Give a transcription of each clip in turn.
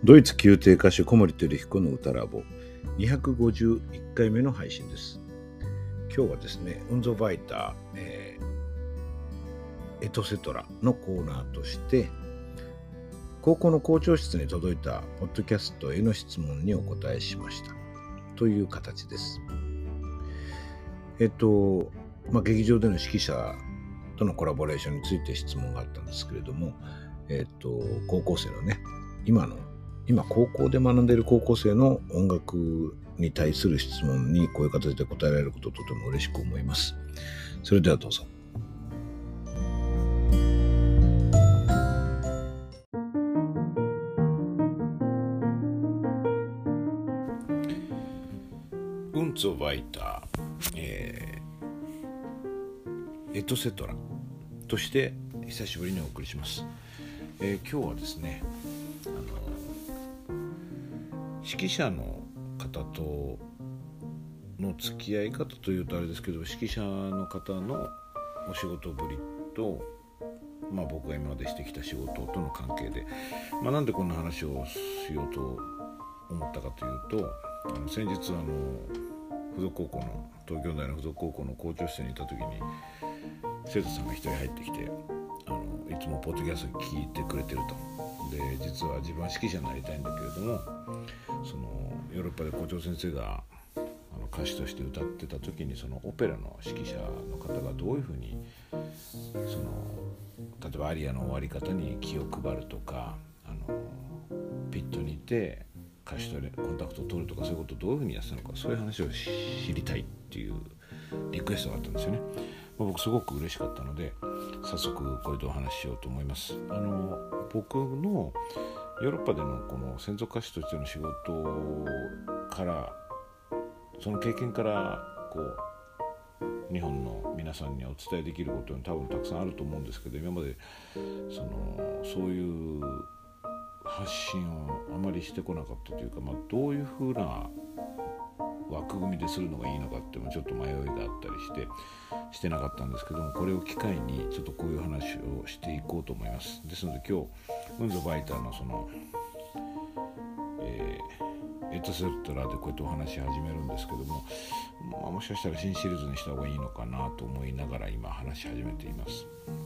ドイツ宮廷歌手小森照彦の歌ラボ251回目の配信です。今日はですね、ウンゾバイター、エトセトラのコーナーとして、高校の校長室に届いたポッドキャストへの質問にお答えしましたという形です。劇場での指揮者とのコラボレーションについて質問があったんですけれども、高校生のね、今高校で学んでいる高校生の音楽に対する質問にこういう形で答えられることをとても嬉しく思います。それではどうぞ。ウンツォバイター、エトセトラとして久しぶりにお送りします。今日はですね、指揮者の方との付き合い方というとあれですけど、指揮者の方のお仕事ぶりと、僕が今までしてきた仕事との関係で、なんでこんな話をしようと思ったかというと、先日付属高校の東京大の付属高校の校長室にいた時に生徒さんが一人入ってきて、いつもポッドキャスト聞いてくれてると。で、実は自分は指揮者になりたいんだけれども、そのヨーロッパで校長先生が歌手として歌ってた時に、そのオペラの指揮者の方がどういうふうに例えばアリアの終わり方に気を配るとか、ピットにいて歌手とコンタクトを取るとか、そういうことをどういうふうにやってたのか、そういう話を知りたいっていうリクエストがあったんですよね。僕すごく嬉しかったので、早速これでお話ししようと思います。僕のヨーロッパでのこの専属歌手としての仕事から、その経験から日本の皆さんにお伝えできることに多分たくさんあると思うんですけど、今までそういう発信をあまりしてこなかったというか、どういうふうな枠組みでするのがいいのかっていうのもちょっと迷いがあったりしてなかったんですけども、これを機会にちょっとこういう話をしていこうと思います。ですので今日ウンゾバイターのエトセトラでこうやってお話し始めるんですけども、もしかしたら新シリーズにした方がいいのかなと思いながら今話し始めています。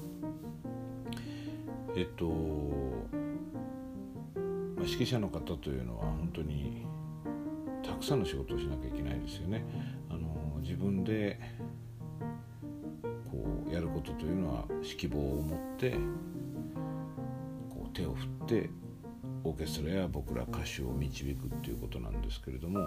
指揮者の方というのは本当にたくさんの仕事をしなきゃいけないですよね。自分でやることというのは指揮棒を持って手を振ってオーケストラや僕ら歌手を導くっていうことなんですけれども、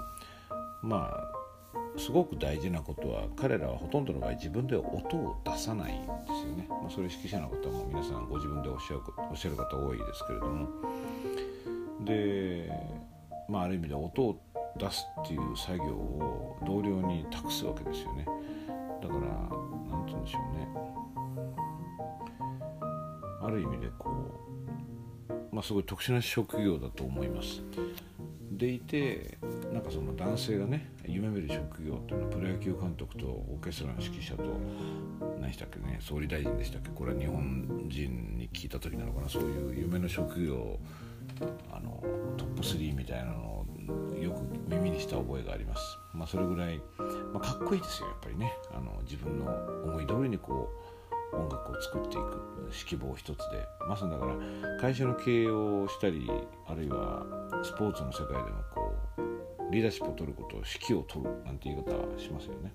すごく大事なことは、彼らはほとんどの場合自分で音を出さないんですよね。それ指揮者の方も皆さんご自分でおっしゃる方多いですけれども、で、ある意味で音を出すっていう作業を同僚に託すわけですよね。だからなんて言うんでしょうね、ある意味ですごい特殊な職業だと思います。でいて、その男性がね夢見る職業というのは、プロ野球監督とオーケストラの指揮者と何でしたっけね、総理大臣でしたっけ、これは日本人に聞いた時なのかな、そういう夢の職業トップ3みたいなのをよく耳にした覚えがあります。それぐらい、かっこいいですよやっぱりね。自分の思い通りに音楽を作っていく指揮棒一つで、まさにだから会社の経営をしたり、あるいはスポーツの世界でもリーダーシップを取ることを指揮を取るなんて言い方しますよね。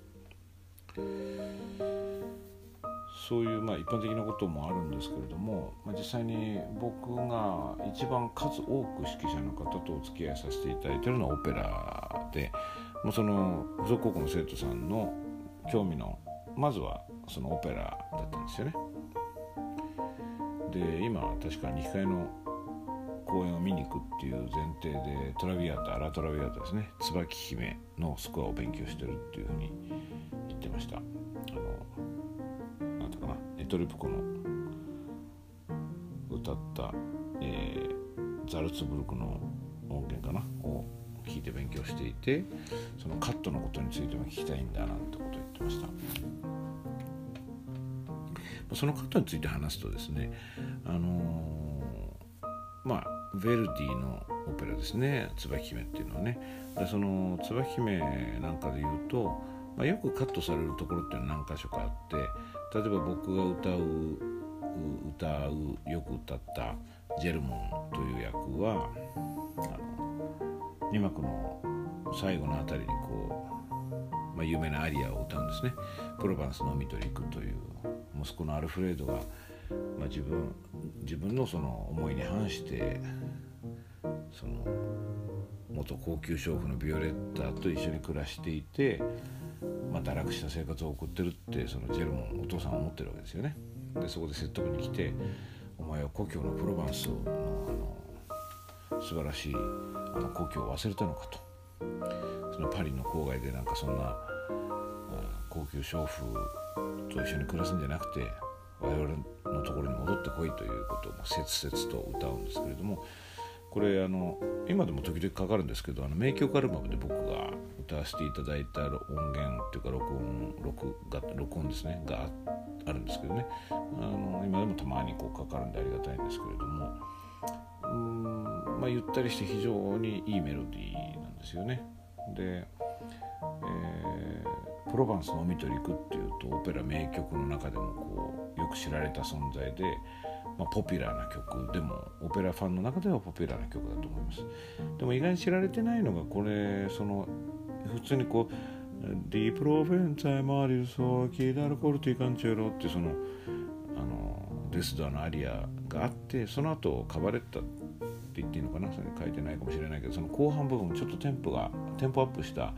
そういう一般的なこともあるんですけれども、実際に僕が一番数多く指揮者の方とお付き合いさせていただいているのはオペラで、その付属高校の生徒さんの興味のまずはそのオペラだったんですよね。で、今確か2機会の公演を見に行くっていう前提でアラトラビアータですね、椿姫のスコアを勉強してるっていうふうに言ってました。なんていうかな、ネトリプコの歌った、ザルツブルクの音源かなを聞いて勉強していて、そのカットのことについても聞きたいんだなんてことを言ってました。そのカットについて話すとですね、 ヴェルディのオペラですね、椿姫っていうのはね。でその椿姫なんかで言うと、よくカットされるところっていうのは何箇所かあって、例えば僕がよく歌ったジェルモンという役は2幕の最後のあたりに有名なアリアを歌うんですね。プロヴァンスの海と陸という息子のアルフレードが、自分のその思いに反してその元高級娼婦のビオレッタと一緒に暮らしていて、堕落した生活を送ってるってそのジェルモンお父さんは思ってるわけですよね。でそこで説得に来て、お前は故郷のプロヴァンスの素晴らしい故郷を忘れたのかと。そのパリの郊外でそんな高級娼婦と一緒に暮らすんじゃなくて、我々のところに戻ってこいということを切々と歌うんですけれども、これ今でも時々かかるんですけど、名曲アルバムで僕が歌わせていただいた音源っていうか録音ですねがあるんですけどね、今でもたまにかかるんでありがたいんですけれども、ゆったりして非常にいいメロディーなんですよね。で、プロヴァンスの海と陸っていうとオペラ名曲の中でもよく知られた存在で、ポピュラーな曲でもオペラファンの中ではポピュラーな曲だと思います。でも意外に知られてないのがこれ、普通にディプロフェンツァイマリルソーキーダルコルティカンチェロってデスドアのアリアがあって、その後カバレッタって言っていいのかな、それ書いてないかもしれないけど、その後半部分ちょっとテンポアップした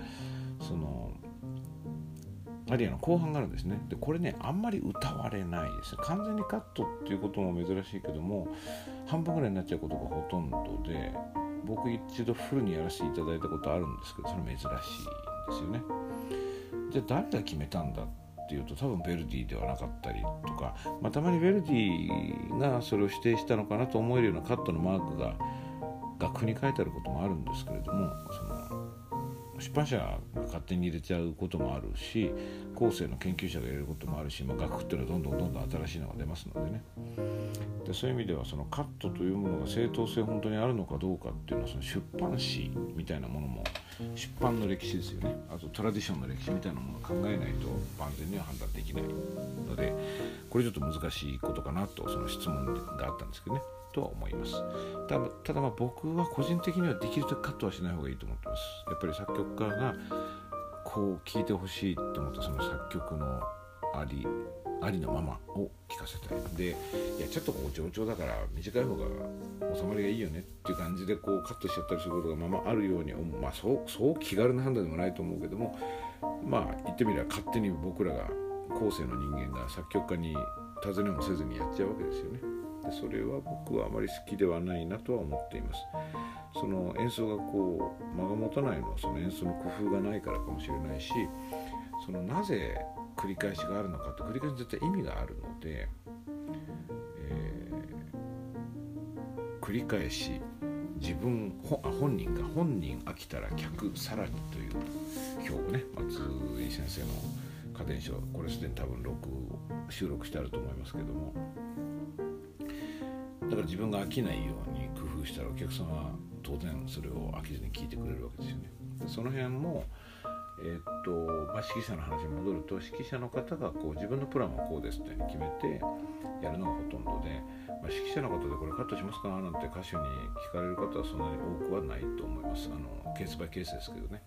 アリアの後半があるんですね。でこれね、あんまり歌われないです。完全にカットっていうことも珍しいけども、半分ぐらいになっちゃうことがほとんどで、僕一度フルにやらせていただいたことあるんですけど、それ珍しいんですよね。じゃあ誰が決めたんだっていうと、多分ヴェルディではなかったりとか、たまにヴェルディがそれを指定したのかなと思えるようなカットのマークが楽譜に書いてあることもあるんですけれども、出版社が勝手に入れちゃうこともあるし、後世の研究者が入れることもあるし、楽譜っていうのはどんどん新しいのが出ますのでね。でそういう意味ではそのカットというものが正当性本当にあるのかどうかっていうのは、その出版史みたいなものも、出版の歴史ですよね、あとトラディションの歴史みたいなものを考えないと万全には判断できないので、これちょっと難しいことかなと、その質問があったんですけどね、とは思います。ただ僕は個人的にはできるだけカットはしない方がいいと思ってます。やっぱり作曲家が聴いてほしいと思ったその作曲のありのままを聴かせたい。で、ちょっと冗長だから短い方が収まりがいいよねっていう感じでカットしちゃったりすることがあるように思う。そう気軽な判断でもないと思うけども、言ってみれば勝手に僕らが後世の人間が作曲家に尋ねもせずにやっちゃうわけですよね。でそれは僕はあまり好きではないなとは思っています。その演奏が間が持たないのはその演奏の工夫がないからかもしれないし、なぜ繰り返しがあるのかって、繰り返し絶対意味があるので、繰り返し本人飽きたら客さらにという表をね、松井先生の家電書、これすでに多分収録してあると思いますけども、だから自分が飽きないように工夫したらお客さんは当然それを飽きずに聞いてくれるわけですよね。でその辺も指揮者の話に戻ると、指揮者の方が自分のプランはこうですって決めてやるのがほとんどで、指揮者の方でこれカットしますかなんて歌手に聞かれる方はそんなに多くはないと思います。ケースバイケースですけどね。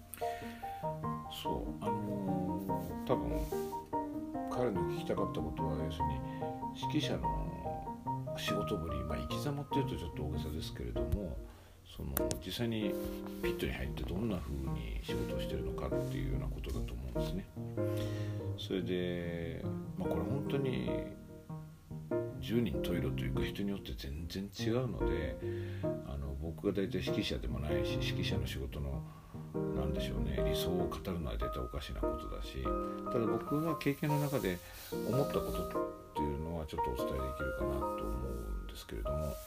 多分彼の聞きたかったことは、要するに指揮者の仕事ぶり、生き様っていうとちょっと大げさですけれども、実際にピットに入ってどんな風に仕事をしているのかっていうようなことだと思うんですね。それで、これ本当に10人十色というか人によって全然違うので、僕が大体指揮者でもないし、指揮者の仕事のなんでしょうね、理想を語るのは絶対おかしなことだし、ただ僕が経験の中で思ったことっていうのはちょっとお伝えできるかなと思うんですけれども、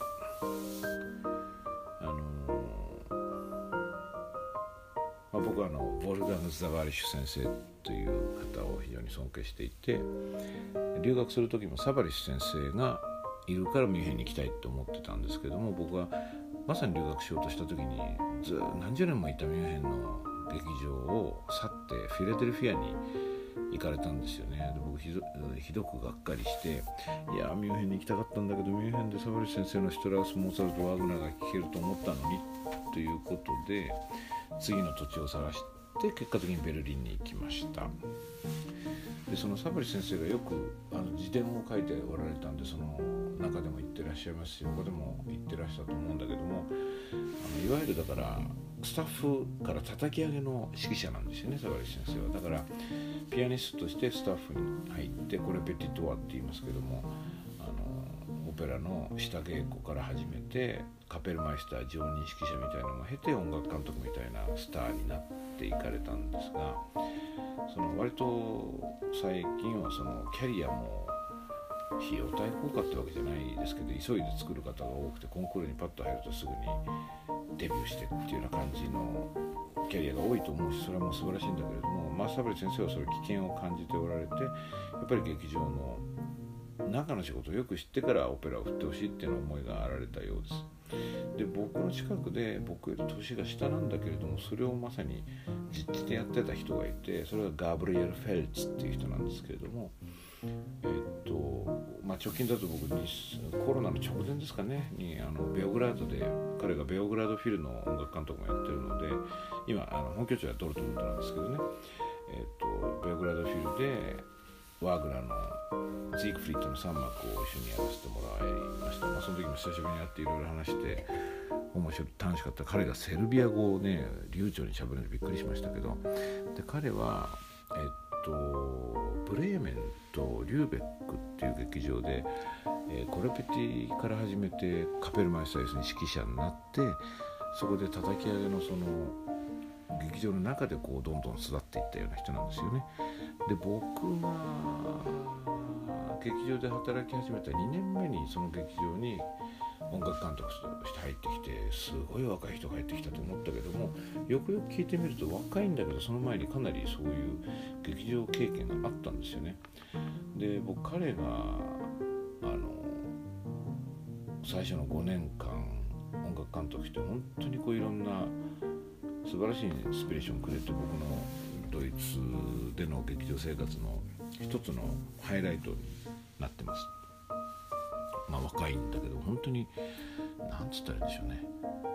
僕はボルダング・ザワーリッシュ先生という方を非常に尊敬していて、留学する時もサバリッシュ先生がいるからミュンヘンに行きたいと思ってたんですけども、僕はまさに留学しようとした時に何十年もいたミュンヘンの劇場を去ってフィラデルフィアに行かれたんですよね。で僕ひどくがっかりして、いやミュンヘンに行きたかったんだけど、ミュンヘンでサバリ先生のシュトラウス、モーツァルト、ワーグナーが聴けると思ったのにということで、次の土地を探して結果的にベルリンに行きました。でそのサバリ先生がよく自伝を書いておられたんで、その中でも言ってらっしゃいますし、ここでも言ってらっしゃると思うんだけども、いわゆるだからスタッフから叩き上げの指揮者なんですよね、サバリ先生は。だからピアニストとしてスタッフに入って、これペティトワって言いますけども、オペラの下稽古から始めてカペルマイスター、常任指揮者みたいなのを経て音楽監督みたいなスターになっていかれたんですが、その割と最近はそのキャリアも費用対効果ってわけじゃないですけど、急いで作る方が多くて、コンクールにパッと入るとすぐにデビューしてっていうような感じのキャリアが多いと思うし、それはもう素晴らしいんだけれども、サバリ先生はそれ危険を感じておられて、やっぱり劇場の中の仕事をよく知ってからオペラを振ってほしいっていうの思いがあられたようです。で僕の近くで僕より年が下なんだけれども、それをまさに実地でやってた人がいて、それがガブリエル・フェルツっていう人なんですけれども、直近だと僕にコロナの直前ですかねにベオグラードで、彼がベオグラードフィルの音楽監督もやってるので、今本拠地はドルトムントなんですけどね、ベオグラードフィルでワーグナーのジークフリットの3幕を一緒にやらせてもらいました。その時も久しぶりに会っていろいろ話して面白い楽しかった。彼がセルビア語をね流暢に喋るのでびっくりしましたけど、で彼はブレーメンとリューベックっていう劇場で、コレペティから始めてカペルマイスターに指揮者になって、そこで叩き上げのその劇場の中でこうどんどん育っていったような人なんですよね。で僕が劇場で働き始めた2年目にその劇場に音楽監督として入ってきて、すごい若い人が入ってきたと思ったけども、よくよく聞いてみると若いんだけど、その前にかなりそういう劇場経験があったんですよね。で僕彼が最初の5年間音楽監督して本当にこういろんな素晴らしいインスピレーションくれて、僕のドイツでの劇場生活の一つのハイライトになってます。若いんだけど本当になんつったらいいんでしょうね。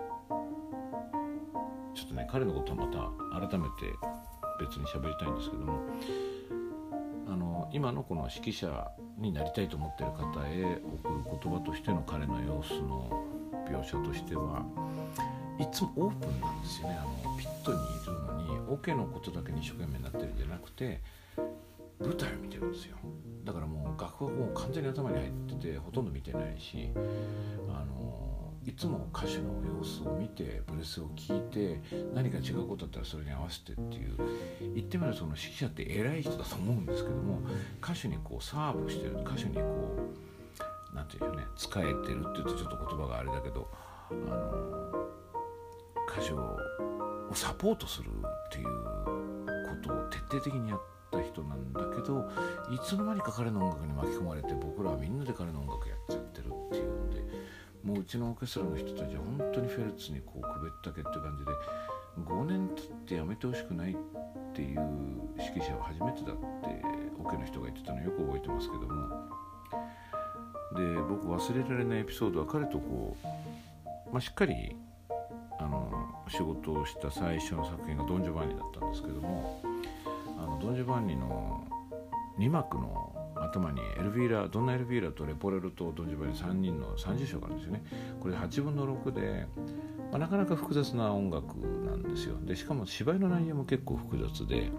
ちょっとね彼のことはまた改めて別に喋りたいんですけども、今のこの指揮者になりたいと思っている方へ送る言葉としての彼の様子の描写としては、いつもオープンなんですよね。ピットにいるのにオケのことだけに一生懸命になってるんじゃなくて、舞台を見てるんですよ。だからもう楽譜はもう完全に頭に入っててほとんど見てないし、いつも歌手の様子を見てブレスを聴いて、何か違うことだったらそれに合わせてっていう、言ってみればその指揮者って偉い人だと思うんですけども、歌手にこうサーブしてる、歌手にこうなんていうね、仕えてるっていうとちょっと言葉があれだけど、歌手をサポートするっていうことを徹底的にやった人なんだけど、いつの間にか彼の音楽に巻き込まれて、僕らはみんなで彼の音楽やっちゃってるっていうので、もううちのオーケストラの人たちは本当にフェルツにこうくべったけっていう感じで、5年経ってやめてほしくないっていう指揮者は初めてだってオケの人が言ってたのをよく覚えてますけども、で僕忘れられないエピソードは、彼とこう、しっかり仕事をした最初の作品がドン・ジョバンニだったんですけども、ドン・ジョバンニの2幕の頭にドンナ・エルヴィーラとレポレロとドン・ジョバンニ3人の30章があるんですよね。これ8分の6で、なかなか複雑な音楽なんですよ。でしかも芝居の内容も結構複雑で、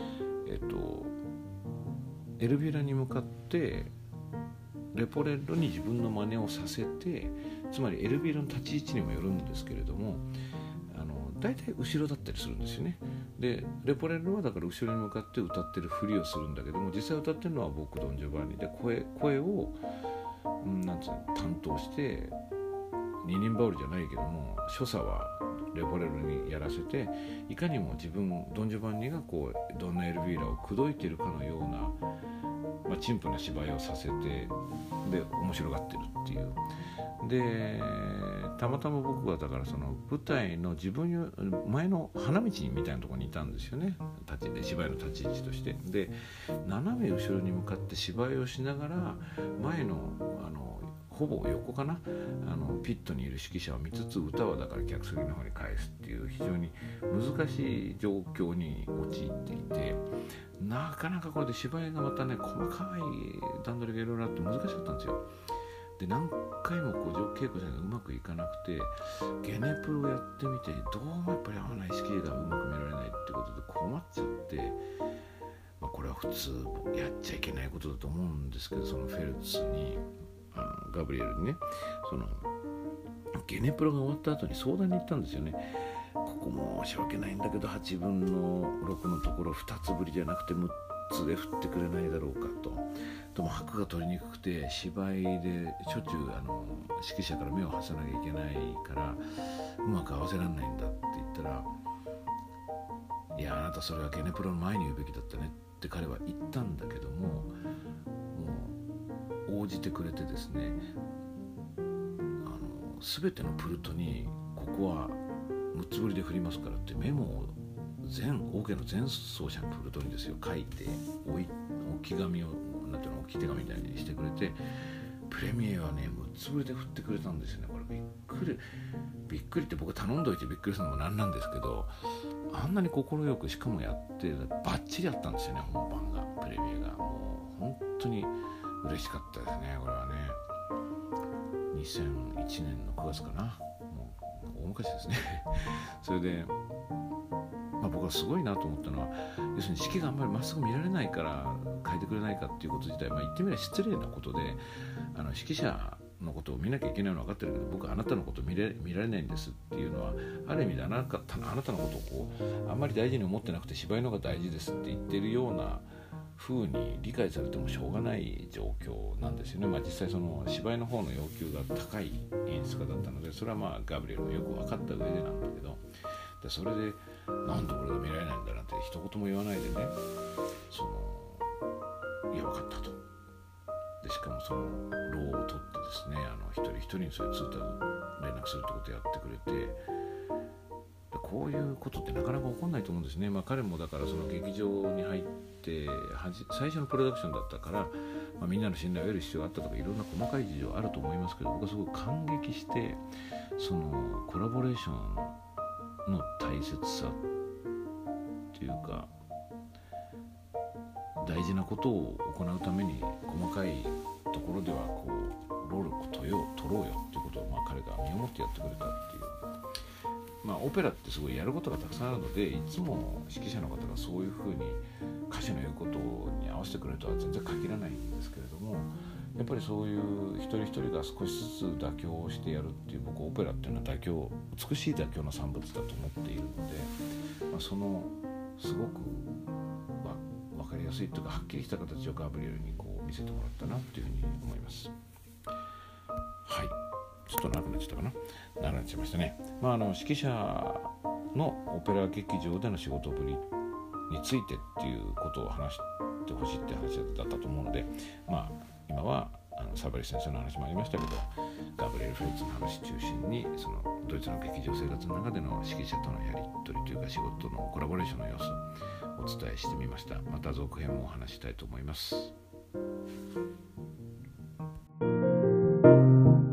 エルヴィーラに向かってレポレロに自分の真似をさせて、つまりエルヴィーラの立ち位置にもよるんですけれども、大体後ろだったりするんですよね。でレポレロはだから後ろに向かって歌ってるふりをするんだけども、実際歌ってるのは僕ドン・ジョバンニで、声をなんつうの担当して二人羽織じゃないけども、所作はレポレロにやらせて、いかにもドン・ジョバンニがこうドンナ・エルヴィーラを口説いているかのような、陳腐な芝居をさせてで面白がってるっていう。でたまたま僕はだからその舞台の自分よ前の花道みたいなところにいたんですよね、芝居の立ち位置として。で斜め後ろに向かって芝居をしながら前のほぼ横かなピットにいる指揮者を見つつ、歌はだから客席の方に返すっていう非常に難しい状況に陥っていて、なかなかこれで芝居がまたね細かい段取りがいろいろあって難しかったんですよ。で何回も稽古しないとうまくいかなくて、ゲネプロをやってみてどうもやっぱり合わない指揮がうまく見られないってことで困っちゃって、これは普通やっちゃいけないことだと思うんですけど、そのフェルツにガブリエルにね、そのゲネプロが終わった後に相談に行ったんですよね。ここ申し訳ないんだけど8分の6のところ2つ振りじゃなくて6つで振ってくれないだろうかと。でも拍が取りにくくて芝居でしょっちゅう指揮者から目を離さなきゃいけないからうまく合わせられないんだって言ったら、いやあなたそれはゲネプロの前に言うべきだったねって彼は言ったんだけども、もう応じてくれてですね、全てのプルトにここは6つ振りで振りますからってメモをオーケーの全奏者のプルトにですよ書いて置き紙をなんていうの置き手紙みたいにしてくれて、プレミエはね6つ振りで振ってくれたんですよね。これびっくりって僕頼んどいてびっくりするのもなんなんですけど、あんなに快くしかもやってバッチリやったんですよね、本番がプレミエが。もう本当に嬉しかったですね。これはね2001年の9月かな、もう大昔ですねそれで、僕はすごいなと思ったのは、要するに指揮があんまりまっすぐ見られないから変えてくれないかっていうこと自体、言ってみれば失礼なことで、指揮者のことを見なきゃいけないのは分かってるけど、僕はあなたのことを見られないんですっていうのは、ある意味であなたのことをあんまり大事に思ってなくて芝居の方が大事ですって言ってるような風に理解されてもしょうがない状況なんですよね。実際その芝居の方の要求が高い演出家だったので、それはガブリエルもよく分かった上でなんだけど、でそれでなんでこれが見られないんだなんて一言も言わないでね、いや分かったと。でしかもその労を取ってですね、一人一人にそういう通達連絡するってことをやってくれて、こういうことってなかなか起こんないと思うんですね。彼もだからその劇場に入って最初のプロダクションだったから、みんなの信頼を得る必要があったとかいろんな細かい事情あると思いますけど、僕はすごく感激してそのコラボレーションの大切さっていうか、大事なことを行うために細かいところでは労力を取ろうよっていうことを彼が身をもってやってくれたっていう。オペラってすごいやることがたくさんあるので、いつも指揮者の方がそういうふうに歌手の言うことに合わせてくれるとは全然限らないんですけれども、やっぱりそういう一人一人が少しずつ妥協をしてやるっていう、僕オペラっていうのは美しい妥協の産物だと思っているので、そのすごく分かりやすいというかはっきりした形をガブリエルに見せてもらったなっていうふうに思います。はい、ちょっと長くなっちゃったかな。長くなっちゃいましたね。指揮者のオペラ劇場での仕事ぶりについてっていうことを話してほしいって話だったと思うので、今はサバリ先生の話もありましたけど、ガブリエル・フェルツの話中心にそのドイツの劇場生活の中での指揮者とのやり取りというか仕事のコラボレーションの様子をお伝えしてみました。また続編もお話したいと思います。